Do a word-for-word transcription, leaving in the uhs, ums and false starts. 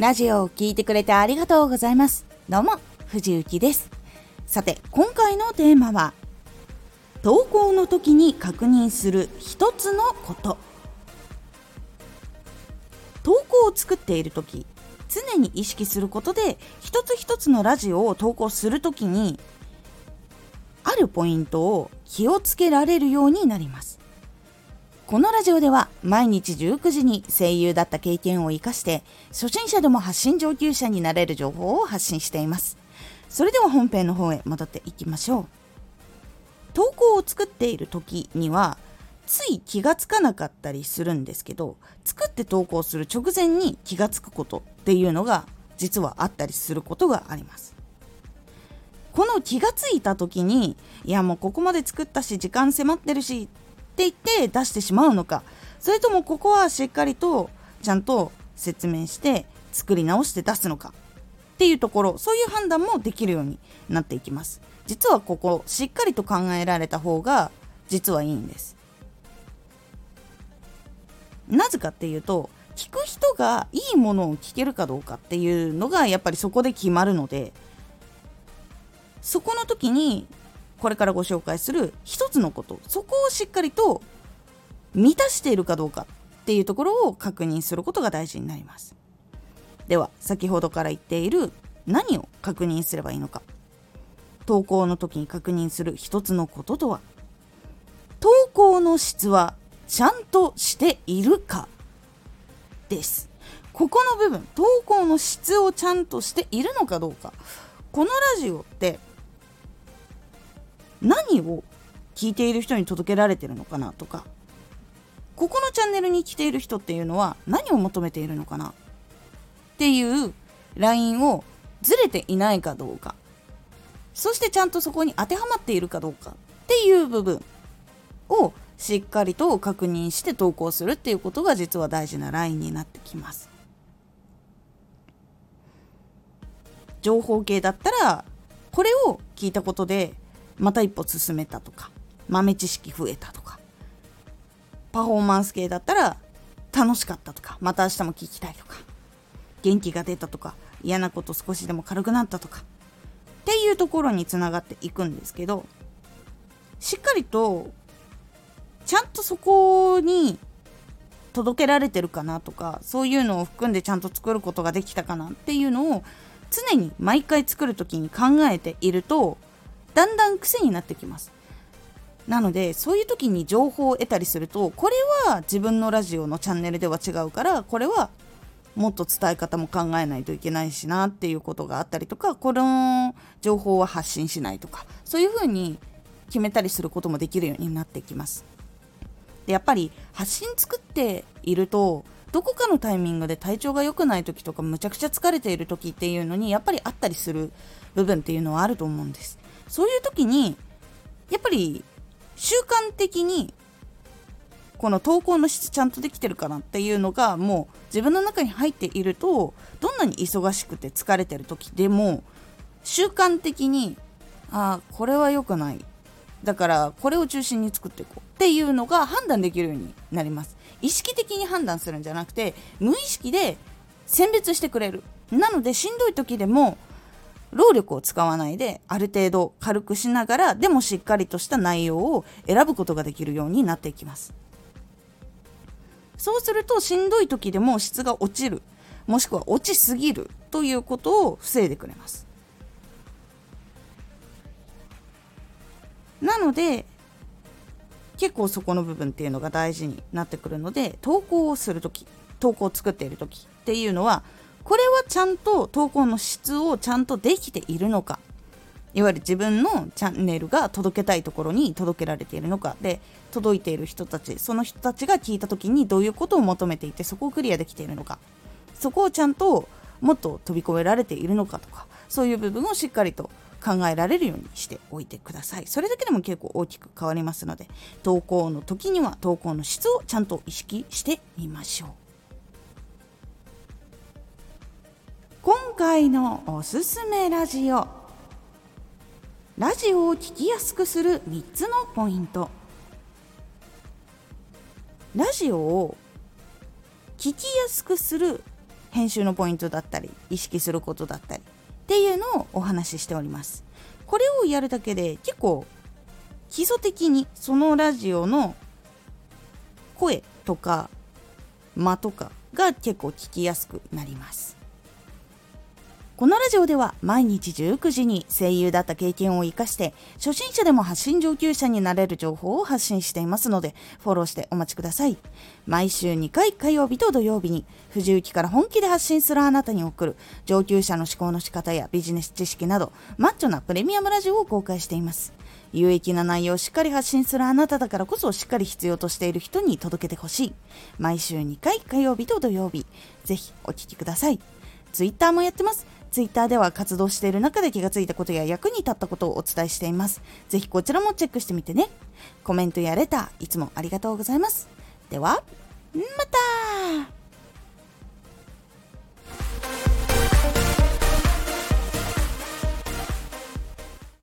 ラジオを聞いてくれてありがとうございます。どうも藤幸です。さて今回のテーマは投稿の時に確認する一つのこと。投稿を作っている時、常に意識することで一つ一つのラジオを投稿する時にあるポイントを気をつけられるようになります。このラジオでは毎日じゅうくじに声優だった経験を生かして初心者でも発信上級者になれる情報を発信しています。それでは本編の方へ戻っていきましょう。投稿を作っている時にはつい気がつかなかったりするんですけど、作って投稿する直前に気がつくことっていうのが実はあったりすることがあります。この気がついた時に、いやもうここまで作ったし時間迫ってるしって言って出してしまうのか、それともここはしっかりとちゃんと説明して作り直して出すのかっていうところ、そういう判断もできるようになっていきます。実はここしっかりと考えられた方が実はいいんです。なぜかっていうと、聞く人がいいものを聞けるかどうかっていうのがやっぱりそこで決まるので、そこの時にこれからご紹介する一つのこと、そこをしっかりと満たしているかどうかっていうところを確認することが大事になります。では先ほどから言っている何を確認すればいいのか、投稿の時に確認する一つのこととは、投稿の質はちゃんとしているかです。ここの部分、投稿の質をちゃんとしているのかどうか。このラジオって何を聞いている人に届けられているのかなとか、ここのチャンネルに来ている人っていうのは何を求めているのかなっていうラインをずれていないかどうか、そしてちゃんとそこに当てはまっているかどうかっていう部分をしっかりと確認して投稿するっていうことが実は大事なラインになってきます。情報系だったらこれを聞いたことでまた一歩進めたとか、豆知識増えたとか、パフォーマンス系だったら楽しかったとか、また明日も聞きたいとか、元気が出たとか、嫌なこと少しでも軽くなったとかっていうところにつながっていくんですけど、しっかりとちゃんとそこに届けられてるかなとか、そういうのを含んでちゃんと作ることができたかなっていうのを常に毎回作るときに考えているとだんだん癖になってきます。なのでそういう時に情報を得たりすると、これは自分のラジオのチャンネルでは違うから、これはもっと伝え方も考えないといけないしなっていうことがあったりとか、この情報は発信しないとか、そういう風に決めたりすることもできるようになってきます。でやっぱり発信作っていると、どこかのタイミングで体調が良くない時とか、むちゃくちゃ疲れている時っていうのにやっぱりあったりする部分っていうのはあると思うんです。そういう時にやっぱり習慣的にこの投稿の質ちゃんとできてるかなっていうのがもう自分の中に入っていると、どんなに忙しくて疲れてる時でも習慣的に、あーこれは良くない、だからこれを中心に作っていこうっていうのが判断できるようになります。意識的に判断するんじゃなくて、無意識で選別してくれる。なのでしんどい時でも労力を使わないで、ある程度軽くしながらでもしっかりとした内容を選ぶことができるようになっていきます。そうするとしんどい時でも質が落ちる、もしくは落ちすぎるということを防いでくれます。なので結構そこの部分っていうのが大事になってくるので、投稿をするとき、投稿を作っているときっていうのは、これはちゃんと投稿の質をちゃんとできているのか、いわゆる自分のチャンネルが届けたいところに届けられているのかで、届いている人たち、その人たちが聞いたときにどういうことを求めていて、そこをクリアできているのか、そこをちゃんともっと飛び越えられているのかとか、そういう部分をしっかりと考えられるようにしておいてください。それだけでも結構大きく変わりますので、投稿の時には投稿の質をちゃんと意識してみましょう。今回のおすすめラジオ、ラジオを聞きやすくするみっつのポイント。ラジオを聞きやすくする編集のポイントだったり意識することだったりっていうのをお話ししております。これをやるだけで結構基礎的にそのラジオの声とか間とかが結構聞きやすくなります。このラジオでは毎日じゅうくじに声優だった経験を生かして初心者でも発信上級者になれる情報を発信していますのでフォローしてお待ちください。毎週にかい火曜日と土曜日に藤雪から本気で発信するあなたに送る上級者の思考の仕方やビジネス知識などマッチョなプレミアムラジオを公開しています。有益な内容をしっかり発信するあなただからこそしっかり必要としている人に届けてほしい。毎週にかい火曜日と土曜日ぜひお聞きください。ツイッターもやってます。ツイッターでは活動している中で気がついたことや役に立ったことをお伝えしています。ぜひこちらもチェックしてみてね。コメントやレターいつもありがとうございます。ではまた。